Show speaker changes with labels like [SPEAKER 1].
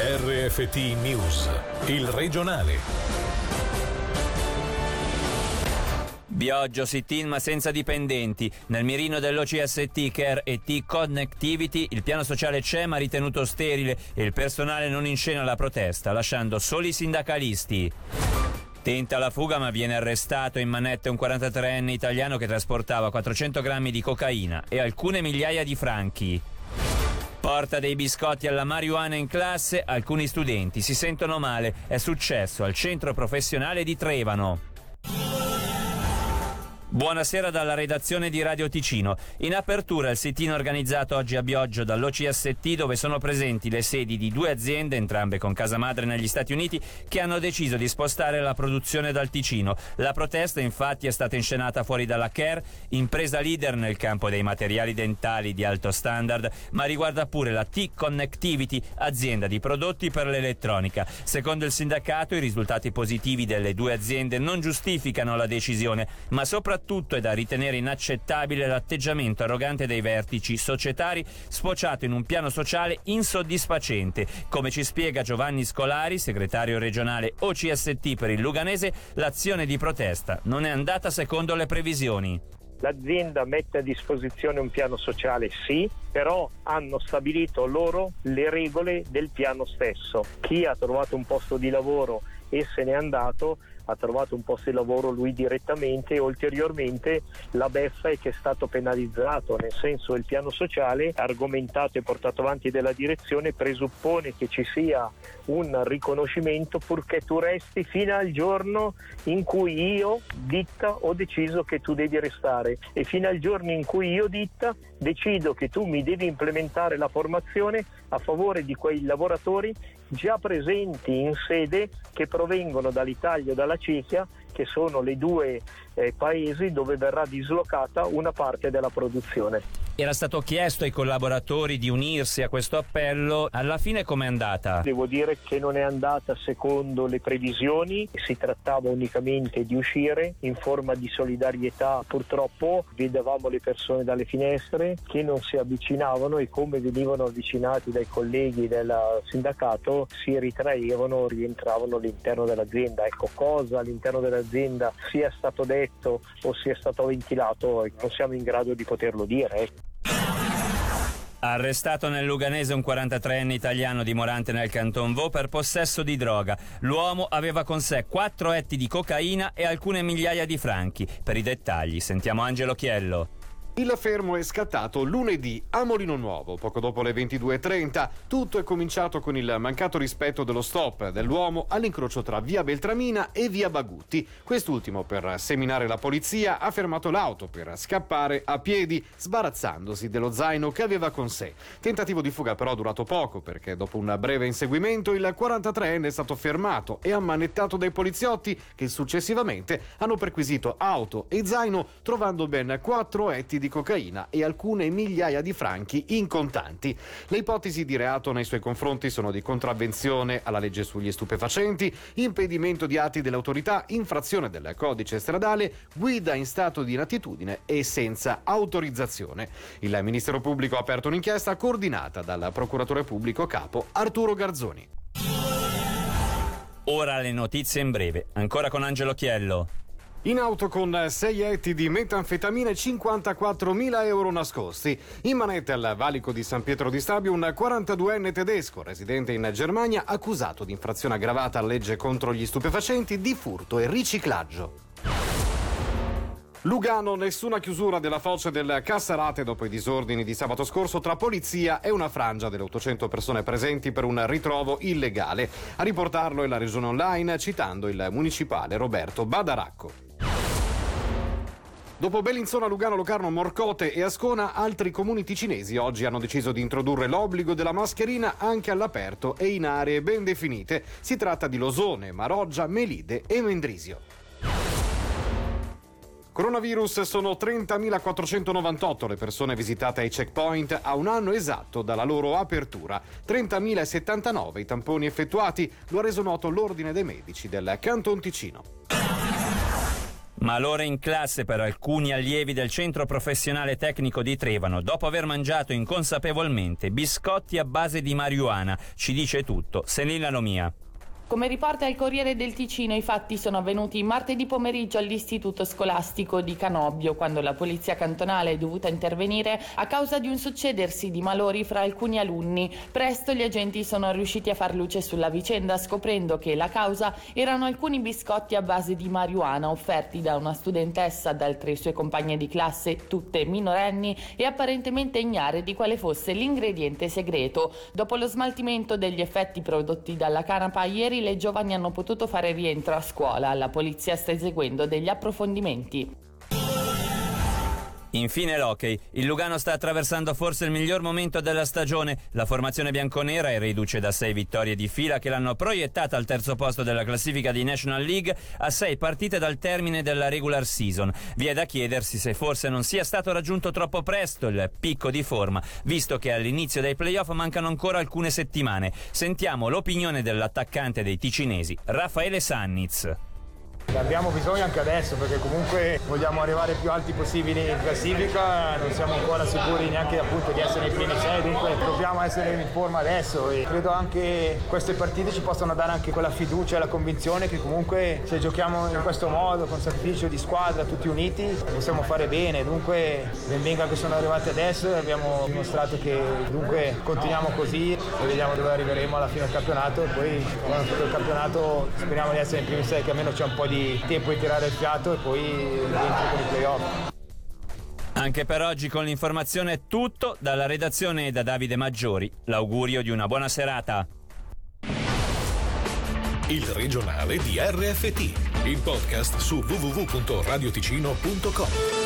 [SPEAKER 1] RFT News, il regionale.
[SPEAKER 2] Bioggio, sit-in ma senza dipendenti. Nel mirino dell'OCST, Care e T-Connectivity il piano sociale c'è ma ritenuto sterile e il personale non inscena la protesta, lasciando soli i sindacalisti. Tenta la fuga ma viene arrestato in manette un 43enne italiano che trasportava 400 grammi di cocaina e alcune migliaia di franchi. Porta dei biscotti alla marijuana in classe, alcuni studenti si sentono male. È successo al centro professionale di Trevano. Buonasera dalla redazione di Radio Ticino. In apertura il sit-in organizzato oggi a Bioggio dall'OCST, dove sono presenti le sedi di 2 aziende, entrambe con casa madre negli Stati Uniti, che hanno deciso di spostare la produzione dal Ticino. La protesta infatti è stata inscenata fuori dalla Care, impresa leader nel campo dei materiali dentali di alto standard, ma riguarda pure la T-Connectivity, azienda di prodotti per l'elettronica. Secondo il sindacato i risultati positivi delle 2 aziende non giustificano la decisione, ma soprattutto è da ritenere inaccettabile l'atteggiamento arrogante dei vertici societari, sfociato in un piano sociale insoddisfacente. Come ci spiega Giovanni Scolari, segretario regionale OCST per il Luganese, l'azione di protesta non è andata secondo le previsioni.
[SPEAKER 3] L'azienda mette a disposizione un piano sociale, sì, però hanno stabilito loro le regole del piano stesso. Chi ha trovato un posto di lavoro e se n'è andato ha trovato un posto di lavoro lui direttamente, e ulteriormente la beffa è che è stato penalizzato, nel senso il piano sociale argomentato e portato avanti dalla direzione presuppone che ci sia un riconoscimento purché tu resti fino al giorno in cui io, ditta, ho deciso che tu devi restare, e fino al giorno in cui io, ditta, decido che tu mi devi implementare la formazione a favore di quei lavoratori già presenti in sede che provengono dall'Italia o dalla Cechia, che sono le 2 paesi dove verrà dislocata una parte della produzione.
[SPEAKER 2] Era stato chiesto ai collaboratori di unirsi a questo appello, alla fine com'è andata?
[SPEAKER 3] Devo dire che non è andata secondo le previsioni, si trattava unicamente di uscire in forma di solidarietà. Purtroppo vedevamo le persone dalle finestre che non si avvicinavano, e come venivano avvicinati dai colleghi del sindacato si ritraevano, rientravano all'interno dell'azienda. Ecco, cosa all'interno dell'azienda sia stato detto o sia stato ventilato non siamo in grado di poterlo dire.
[SPEAKER 2] Arrestato nel Luganese un 43enne italiano dimorante nel Canton Vaud per possesso di droga. L'uomo aveva con sé 4 etti di cocaina e alcune migliaia di franchi. Per i dettagli sentiamo Angelo Chiello.
[SPEAKER 4] Il fermo è scattato lunedì a Molino Nuovo, poco dopo le 22:30. Tutto è cominciato con il mancato rispetto dello stop dell'uomo all'incrocio tra via Beltramina e via Bagutti. Quest'ultimo, per seminare la polizia, ha fermato l'auto per scappare a piedi, sbarazzandosi dello zaino che aveva con sé. Tentativo di fuga però durato poco, perché dopo un breve inseguimento il 43enne è stato fermato e ammanettato dai poliziotti, che successivamente hanno perquisito auto e zaino, trovando ben 4 etti di cocaina e alcune migliaia di franchi in contanti. Le ipotesi di reato nei suoi confronti sono di contravvenzione alla legge sugli stupefacenti, impedimento di atti dell'autorità, infrazione del codice stradale, guida in stato di inattitudine e senza autorizzazione. Il Ministero Pubblico ha aperto un'inchiesta coordinata dal procuratore pubblico capo Arturo Garzoni.
[SPEAKER 2] Ora le notizie in breve, ancora con Angelo Chiello.
[SPEAKER 4] In auto con 6 etti di metanfetamina e 54.000 euro nascosti. In manette al valico di San Pietro di Stabio un 42enne tedesco, residente in Germania, accusato di infrazione aggravata alla legge contro gli stupefacenti, di furto e riciclaggio. Lugano, nessuna chiusura della foce del Cassarate dopo i disordini di sabato scorso tra polizia e una frangia delle 800 persone presenti per un ritrovo illegale. A riportarlo è la Regione Online, citando il municipale Roberto Badaracco. Dopo Bellinzona, Lugano, Locarno, Morcote e Ascona, altri comuni ticinesi oggi hanno deciso di introdurre l'obbligo della mascherina anche all'aperto e in aree ben definite. Si tratta di Losone, Maroggia, Melide e Mendrisio. Coronavirus: sono 30.498 le persone visitate ai checkpoint a un anno esatto dalla loro apertura. 30.079 i tamponi effettuati, lo ha reso noto l'Ordine dei Medici del Canton Ticino.
[SPEAKER 2] Malore in classe per alcuni allievi del Centro Professionale Tecnico di Trevano dopo aver mangiato inconsapevolmente biscotti a base di marijuana. Ci dice tutto Selina Lomia.
[SPEAKER 5] Come riporta il Corriere del Ticino, i fatti sono avvenuti martedì pomeriggio all'istituto scolastico di Canobbio, quando la polizia cantonale è dovuta intervenire a causa di un succedersi di malori fra alcuni alunni. Presto gli agenti sono riusciti a far luce sulla vicenda, scoprendo che la causa erano alcuni biscotti a base di marijuana offerti da una studentessa ad altre sue compagne di classe, tutte minorenni e apparentemente ignare di quale fosse l'ingrediente segreto. Dopo lo smaltimento degli effetti prodotti dalla canapa, ieri le giovani hanno potuto fare rientro a scuola. La polizia sta eseguendo degli approfondimenti.
[SPEAKER 2] Infine l'hockey. Il Lugano sta attraversando forse il miglior momento della stagione. La formazione bianconera è riduce da 6 vittorie di fila che l'hanno proiettata al terzo posto della classifica di National League a 6 partite dal termine della regular season. Vi è da chiedersi se forse non sia stato raggiunto troppo presto il picco di forma, visto che all'inizio dei playoff mancano ancora alcune settimane. Sentiamo l'opinione dell'attaccante dei ticinesi, Raffaele Sanniz.
[SPEAKER 6] Ne abbiamo bisogno anche adesso, perché comunque vogliamo arrivare più alti possibili in classifica, non siamo ancora sicuri neanche appunto di essere nei primi 6, dunque dobbiamo essere in forma adesso e credo anche queste partite ci possano dare anche quella fiducia e la convinzione che comunque se giochiamo in questo modo, con sacrificio di squadra, tutti uniti, possiamo fare bene. Dunque ben venga che sono arrivati adesso e abbiamo dimostrato che dunque continuiamo così e vediamo dove arriveremo alla fine del campionato e poi quando tutto il campionato speriamo di essere nei primi 6, che almeno c'è un po' di tempo di tirare il fiato e poi dentro con i playoff.
[SPEAKER 2] Anche per oggi con l'informazione è tutto. Dalla redazione e da Davide Maggiori l'augurio di una buona serata.
[SPEAKER 1] Il regionale di RFT, il podcast su www.radioticino.com.